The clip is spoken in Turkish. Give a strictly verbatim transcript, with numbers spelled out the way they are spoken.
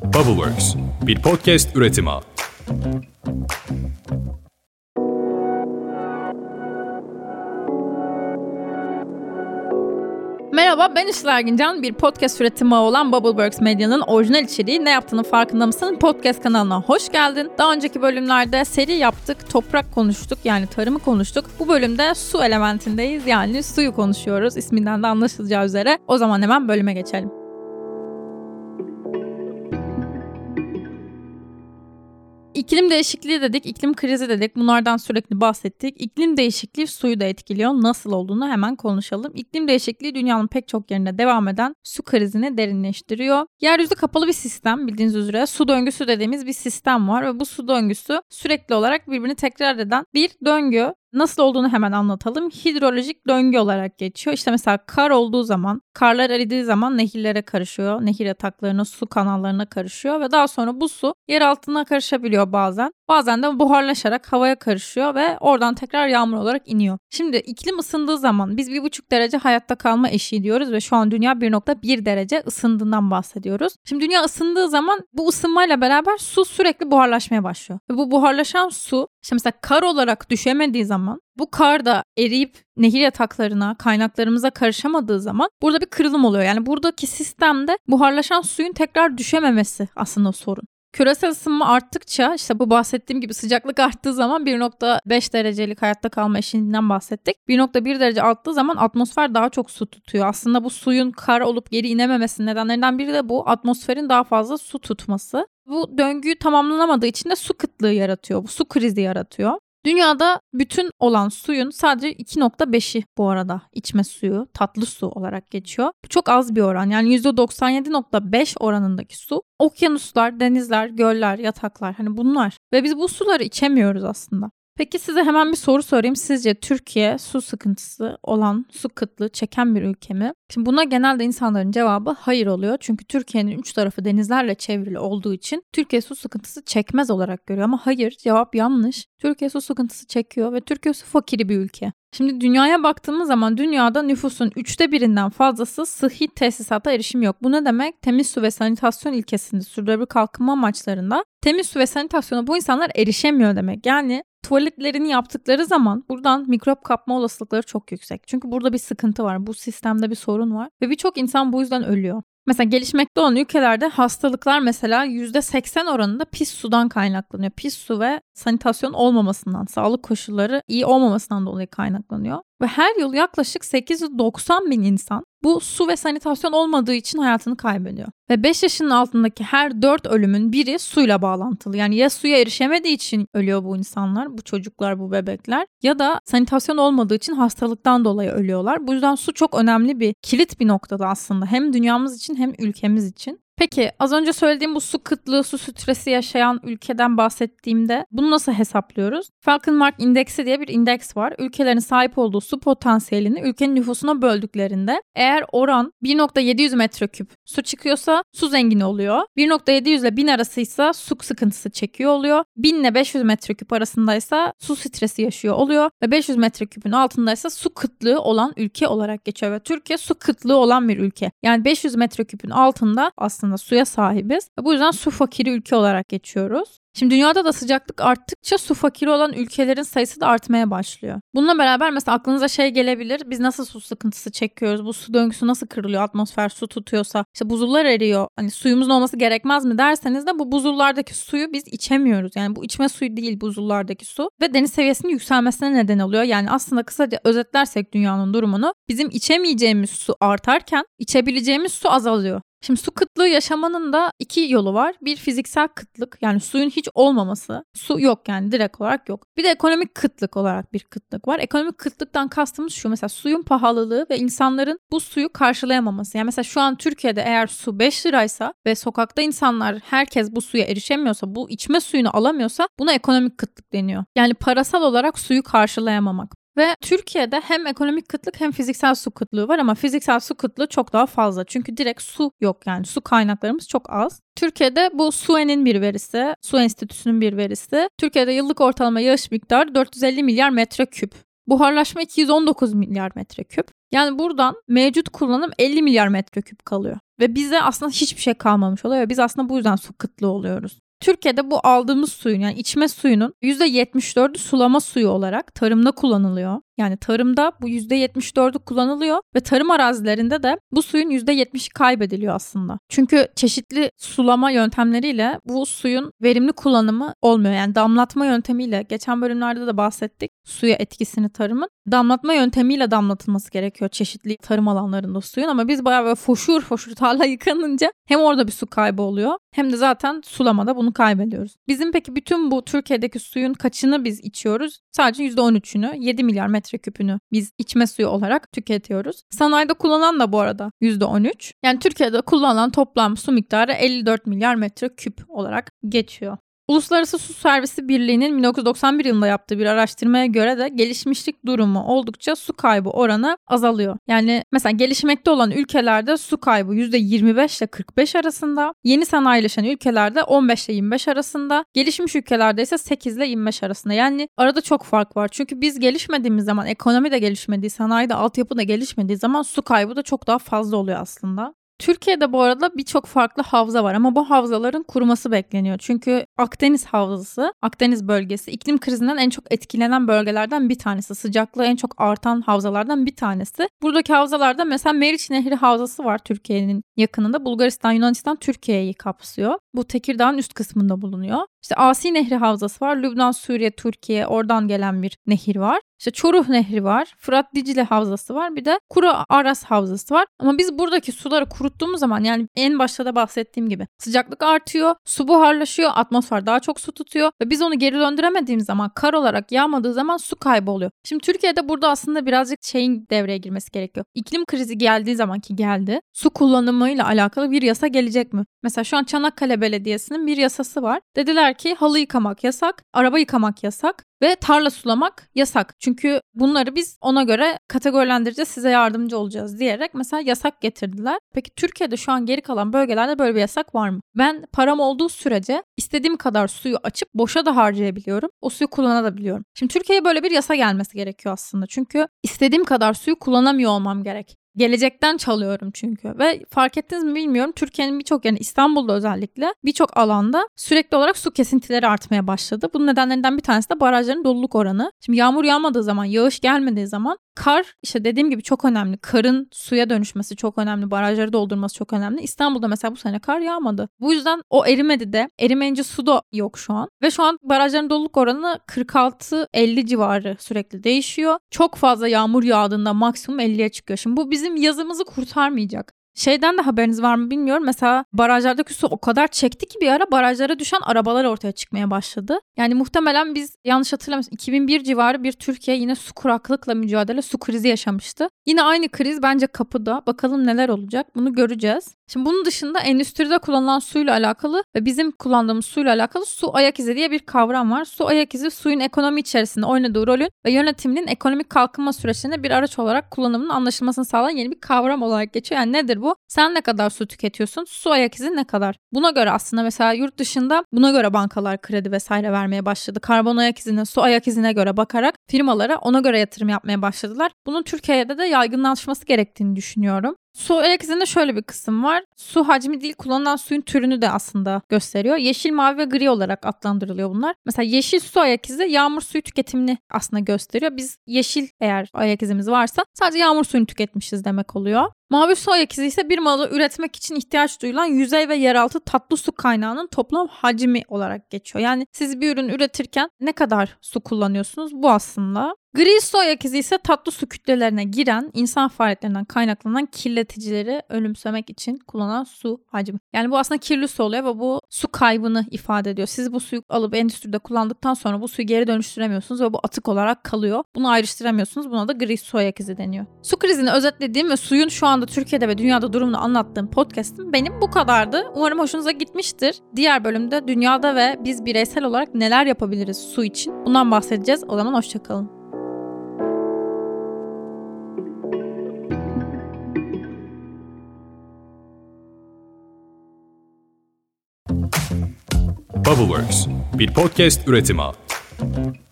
Bubbleworks, bir podcast üretimi. Merhaba, ben Işıl Ergincan. Bir podcast üretimi olan Bubbleworks Medya'nın orijinal içeriği Ne Yaptığının Farkında Mısın? Podcast kanalına hoş geldin. Daha önceki bölümlerde seri yaptık, toprak konuştuk, yani tarımı konuştuk. Bu bölümde su elementindeyiz, yani suyu konuşuyoruz. İsminden de anlaşılacağı üzere. O zaman hemen bölüme geçelim. İklim değişikliği dedik, iklim krizi dedik. Bunlardan sürekli bahsettik. İklim değişikliği suyu da etkiliyor. Nasıl olduğunu hemen konuşalım. İklim değişikliği dünyanın pek çok yerinde devam eden su krizini derinleştiriyor. Yeryüzü kapalı bir sistem, bildiğiniz üzere. Su döngüsü dediğimiz bir sistem var ve bu su döngüsü sürekli olarak birbirini tekrar eden bir döngü. Nasıl olduğunu hemen anlatalım. Hidrolojik döngü olarak geçiyor. İşte mesela kar olduğu zaman, karlar eridiği zaman nehirlere karışıyor. Nehir yataklarına, su kanallarına karışıyor ve daha sonra bu su yer altına karışabiliyor bazen. Bazen de buharlaşarak havaya karışıyor ve oradan tekrar yağmur olarak iniyor. Şimdi iklim ısındığı zaman biz bir buçuk derece hayatta kalma eşiği diyoruz ve şu an dünya bir nokta bir derece ısındığından bahsediyoruz. Şimdi dünya ısındığı zaman bu ısınmayla beraber su sürekli buharlaşmaya başlıyor. Ve bu buharlaşan su işte mesela kar olarak düşemediği zaman, bu kar da eriyip nehir yataklarına, kaynaklarımıza karışamadığı zaman burada bir kırılım oluyor. Yani buradaki sistemde buharlaşan suyun tekrar düşememesi aslında sorun. Küresel ısınma arttıkça işte bu bahsettiğim gibi sıcaklık arttığı zaman bir nokta beş derecelik hayatta kalma eşiğinden bahsettik. bir nokta bir derece arttığı zaman atmosfer daha çok su tutuyor. Aslında bu suyun kar olup geri inememesinin nedenlerinden biri de bu atmosferin daha fazla su tutması. Bu döngüyü tamamlanamadığı için de su kıtlığı yaratıyor. Bu su krizi yaratıyor. Dünyada bütün olan suyun sadece iki nokta beşi bu arada içme suyu, tatlı su olarak geçiyor. Bu çok az bir oran. Yani yüzde doksan yedi nokta beş oranındaki su okyanuslar, denizler, göller, yataklar, hani bunlar. Ve biz bu suları içemiyoruz aslında. Peki size hemen bir soru sorayım. Sizce Türkiye su sıkıntısı olan, su kıtlığı çeken bir ülke mi? Şimdi buna genelde insanların cevabı hayır oluyor. Çünkü Türkiye'nin üç tarafı denizlerle çevrili olduğu için Türkiye su sıkıntısı çekmez olarak görüyor. Ama hayır, cevap yanlış. Türkiye su sıkıntısı çekiyor ve Türkiye su fakiri bir ülke. Şimdi dünyaya baktığımız zaman dünyada nüfusun üçte birinden fazlası sıhhi tesisata erişim yok. Bu ne demek? Temiz su ve sanitasyon ilkesinde sürdürülebilir kalkınma amaçlarında temiz su ve sanitasyona bu insanlar erişemiyor demek. Yani tuvaletlerini yaptıkları zaman buradan mikrop kapma olasılıkları çok yüksek. Çünkü burada bir sıkıntı var. Bu sistemde bir sorun var ve birçok insan bu yüzden ölüyor. Mesela gelişmekte olan ülkelerde hastalıklar mesela yüzde seksen oranında pis sudan kaynaklanıyor. Pis su ve sanitasyon olmamasından, sağlık koşulları iyi olmamasından dolayı kaynaklanıyor. Ve her yıl yaklaşık sekiz yüz doksan bin insan bu su ve sanitasyon olmadığı için hayatını kaybediyor. Ve beş yaşının altındaki her dört ölümün biri suyla bağlantılı. Yani ya suya erişemediği için ölüyor bu insanlar, bu çocuklar, bu bebekler, ya da sanitasyon olmadığı için hastalıktan dolayı ölüyorlar. Bu yüzden su çok önemli bir kilit bir noktada aslında. Hem dünyamız için hem ülkemiz için. Peki az önce söylediğim bu su kıtlığı, su stresi yaşayan ülkeden bahsettiğimde bunu nasıl hesaplıyoruz? Falkenmark indeksi diye bir indeks var. Ülkelerin sahip olduğu su potansiyelini ülkenin nüfusuna böldüklerinde eğer oran bir nokta yedi yüz metreküp su çıkıyorsa su zengini oluyor. bir nokta yedi yüz ile bin arasıysa su sıkıntısı çekiyor oluyor. bin ile beş yüz metreküp arasındaysa su stresi yaşıyor oluyor. Ve beş yüz metreküpün altındaysa su kıtlığı olan ülke olarak geçiyor. Ve Türkiye su kıtlığı olan bir ülke. Yani beş yüz metreküpün altında aslında suya sahibiz. Bu yüzden su fakiri ülke olarak geçiyoruz. Şimdi dünyada da sıcaklık arttıkça su fakiri olan ülkelerin sayısı da artmaya başlıyor. Bununla beraber mesela aklınıza şey gelebilir. Biz nasıl su sıkıntısı çekiyoruz? Bu su döngüsü nasıl kırılıyor? Atmosfer su tutuyorsa işte buzullar eriyor. Hani suyumuzun olması gerekmez mi derseniz de bu buzullardaki suyu biz içemiyoruz. Yani bu içme suyu değil buzullardaki su ve deniz seviyesinin yükselmesine neden oluyor. Yani aslında kısaca özetlersek dünyanın durumunu, bizim içemeyeceğimiz su artarken içebileceğimiz su azalıyor. Şimdi su kıtlığı yaşamanın da iki yolu var. Bir fiziksel kıtlık, yani suyun hiç olmaması. Su yok yani direkt olarak yok. Bir de ekonomik kıtlık olarak bir kıtlık var. Ekonomik kıtlıktan kastımız şu: mesela suyun pahalılığı ve insanların bu suyu karşılayamaması. Yani mesela şu an Türkiye'de eğer su beş liraysa ve sokakta insanlar, herkes bu suya erişemiyorsa, bu içme suyunu alamıyorsa buna ekonomik kıtlık deniyor. Yani parasal olarak suyu karşılayamamak. Ve Türkiye'de hem ekonomik kıtlık hem fiziksel su kıtlığı var ama fiziksel su kıtlığı çok daha fazla. Çünkü direkt su yok, yani su kaynaklarımız çok az. Türkiye'de bu S U E'nin bir verisi, Su Enstitüsü'nün bir verisi. Türkiye'de yıllık ortalama yağış miktarı dört yüz elli milyar metreküp. Buharlaşma iki yüz on dokuz milyar metreküp. Yani buradan mevcut kullanım elli milyar metreküp kalıyor. ve bize aslında hiçbir şey kalmamış oluyor. Biz aslında bu yüzden su kıtlığı oluyoruz. Türkiye'de bu aldığımız suyun, yani içme suyunun yüzde yetmiş dördü sulama suyu olarak tarımda kullanılıyor. Yani tarımda bu yüzde yetmiş dördü kullanılıyor ve tarım arazilerinde de bu suyun yüzde yetmişi kaybediliyor aslında. Çünkü çeşitli sulama yöntemleriyle bu suyun verimli kullanımı olmuyor. Yani damlatma yöntemiyle, geçen bölümlerde de bahsettik suya etkisini tarımın. Damlatma yöntemiyle damlatılması gerekiyor çeşitli tarım alanlarında suyun, ama biz bayağı böyle foşur foşur tarla yıkanınca hem orada bir su kaybı oluyor hem de zaten sulamada bunu kaybediyoruz. Bizim peki bütün bu Türkiye'deki suyun kaçını biz içiyoruz? Sadece yüzde on üçünü, yedi milyar metreküpünü biz içme suyu olarak tüketiyoruz. Sanayide kullanılan da bu arada yüzde on üç. Yani Türkiye'de kullanılan toplam su miktarı elli dört milyar metreküp olarak geçiyor. Uluslararası Su Servisi Birliği'nin bin dokuz yüz doksan bir yılında yaptığı bir araştırmaya göre de gelişmişlik durumu oldukça su kaybı oranı azalıyor. Yani mesela gelişmekte olan ülkelerde su kaybı yüzde yirmi beş ile kırk beş arasında, yeni sanayileşen ülkelerde on beş ile yirmi beş arasında, gelişmiş ülkelerde ise sekiz ile yirmi beş arasında. Yani arada çok fark var. Çünkü biz gelişmediğimiz zaman, ekonomi de gelişmediği, sanayi de, altyapı da gelişmediği zaman su kaybı da çok daha fazla oluyor aslında. Türkiye'de bu arada birçok farklı havza var ama bu havzaların kuruması bekleniyor. Çünkü Akdeniz Havzası, Akdeniz bölgesi iklim krizinden en çok etkilenen bölgelerden bir tanesi. Sıcaklığı en çok artan havzalardan bir tanesi. Buradaki havzalarda mesela Meriç Nehri Havzası var Türkiye'nin yakınında. Bulgaristan, Yunanistan, Türkiye'yi kapsıyor. Bu Tekirdağ'ın üst kısmında bulunuyor. İşte Asi Nehri Havzası var. Lübnan, Suriye, Türkiye, oradan gelen bir nehir var. İşte Çoruh Nehri var. Fırat Dicle Havzası var. Bir de Kuru Aras Havzası var. Ama biz buradaki suları kuruttuğumuz zaman, yani en başta da bahsettiğim gibi sıcaklık artıyor, su buharlaşıyor, atmosfer daha çok su tutuyor ve biz onu geri döndüremediğimiz zaman, kar olarak yağmadığı zaman su kaybı oluyor. Şimdi Türkiye'de burada aslında birazcık şeyin devreye girmesi gerekiyor. İklim krizi geldiği zaman, ki geldi, su kullanımıyla alakalı bir yasa gelecek mi? Mesela şu an Çanakkale Belediyesi'nin bir yasası var. Dediler ki halı yıkamak yasak, araba yıkamak yasak ve tarla sulamak yasak. Çünkü bunları biz ona göre kategorilendireceğiz, size yardımcı olacağız diyerek mesela yasak getirdiler. Peki Türkiye'de şu an geri kalan bölgelerde böyle bir yasak var mı? Ben param olduğu sürece istediğim kadar suyu açıp boşa da harcayabiliyorum. O suyu kullanabiliyorum. Şimdi Türkiye'ye böyle bir yasa gelmesi gerekiyor aslında. Çünkü istediğim kadar suyu kullanamıyor olmam gerek. Gelecekten çalıyorum çünkü ve fark ettiniz mi bilmiyorum, Türkiye'nin birçok, yani İstanbul'da özellikle birçok alanda sürekli olarak su kesintileri artmaya başladı. Bunun nedenlerinden bir tanesi de barajların doluluk oranı. Şimdi yağmur yağmadığı zaman, yağış gelmediği zaman kar, işte dediğim gibi çok önemli. Karın suya dönüşmesi çok önemli. Barajları doldurması çok önemli. İstanbul'da mesela bu sene kar yağmadı. Bu yüzden o erimedi de. Erimeyince su da yok şu an. Ve şu an barajların doluluk oranı kırk altı elli civarı sürekli değişiyor. Çok fazla yağmur yağdığında maksimum elliye çıkıyor. Şimdi bu bizim yazımızı kurtarmayacak. Şeyden de haberiniz var mı bilmiyorum. Mesela barajlardaki su o kadar çekti ki bir ara barajlara düşen arabalar ortaya çıkmaya başladı. Yani muhtemelen biz, yanlış hatırlamıyorsam, iki bin bir civarı bir Türkiye yine su kuraklıkla mücadele, su krizi yaşamıştı. Yine aynı kriz bence kapıda. Bakalım neler olacak, bunu göreceğiz. Şimdi bunun dışında endüstride kullanılan suyla alakalı ve bizim kullandığımız suyla alakalı su ayak izi diye bir kavram var. Su ayak izi, suyun ekonomi içerisinde oynadığı rolün ve yönetiminin ekonomik kalkınma süreçlerinde bir araç olarak kullanımının anlaşılmasını sağlayan yeni bir kavram olarak geçiyor. Yani nedir bu? Sen ne kadar su tüketiyorsun? Su ayak izi ne kadar? Buna göre aslında mesela yurt dışında buna göre bankalar kredi vesaire vermeye başladı. Karbon ayak izine, su ayak izine göre bakarak firmalara ona göre yatırım yapmaya başladılar. Bunun Türkiye'de de yaygınlaşması gerektiğini düşünüyorum. Su ayak izinde şöyle bir kısım var. Su hacmi değil, kullanılan suyun türünü de aslında gösteriyor. Yeşil, mavi ve gri olarak adlandırılıyor bunlar. Mesela yeşil su ayak izi yağmur suyu tüketimini aslında gösteriyor. Biz yeşil, eğer ayak izimiz varsa, sadece yağmur suyunu tüketmişiz demek oluyor. Mavi su ayak izi ise bir malı üretmek için ihtiyaç duyulan yüzey ve yeraltı tatlı su kaynağının toplam hacmi olarak geçiyor. Yani siz bir ürün üretirken ne kadar su kullanıyorsunuz, bu aslında. Gri su ayak izi ise tatlı su kütlelerine giren insan faaliyetlerinden kaynaklanan kirleticileri önümsemek için kullanılan su hacmi. Yani bu aslında kirli su oluyor ve bu su kaybını ifade ediyor. Siz bu suyu alıp endüstride kullandıktan sonra bu suyu geri dönüştüremiyorsunuz ve bu atık olarak kalıyor. Bunu ayrıştıramıyorsunuz. Buna da gri su ayak izi deniyor. Su krizini özetlediğim ve suyun şu anda Türkiye'de ve dünyada durumunu anlattığım podcast'im benim bu kadardı. Umarım hoşunuza gitmiştir. Diğer bölümde dünyada ve biz bireysel olarak neler yapabiliriz su için, bundan bahsedeceğiz. O zaman hoşçakalın. Bubbleworks, bir podcast üretimi.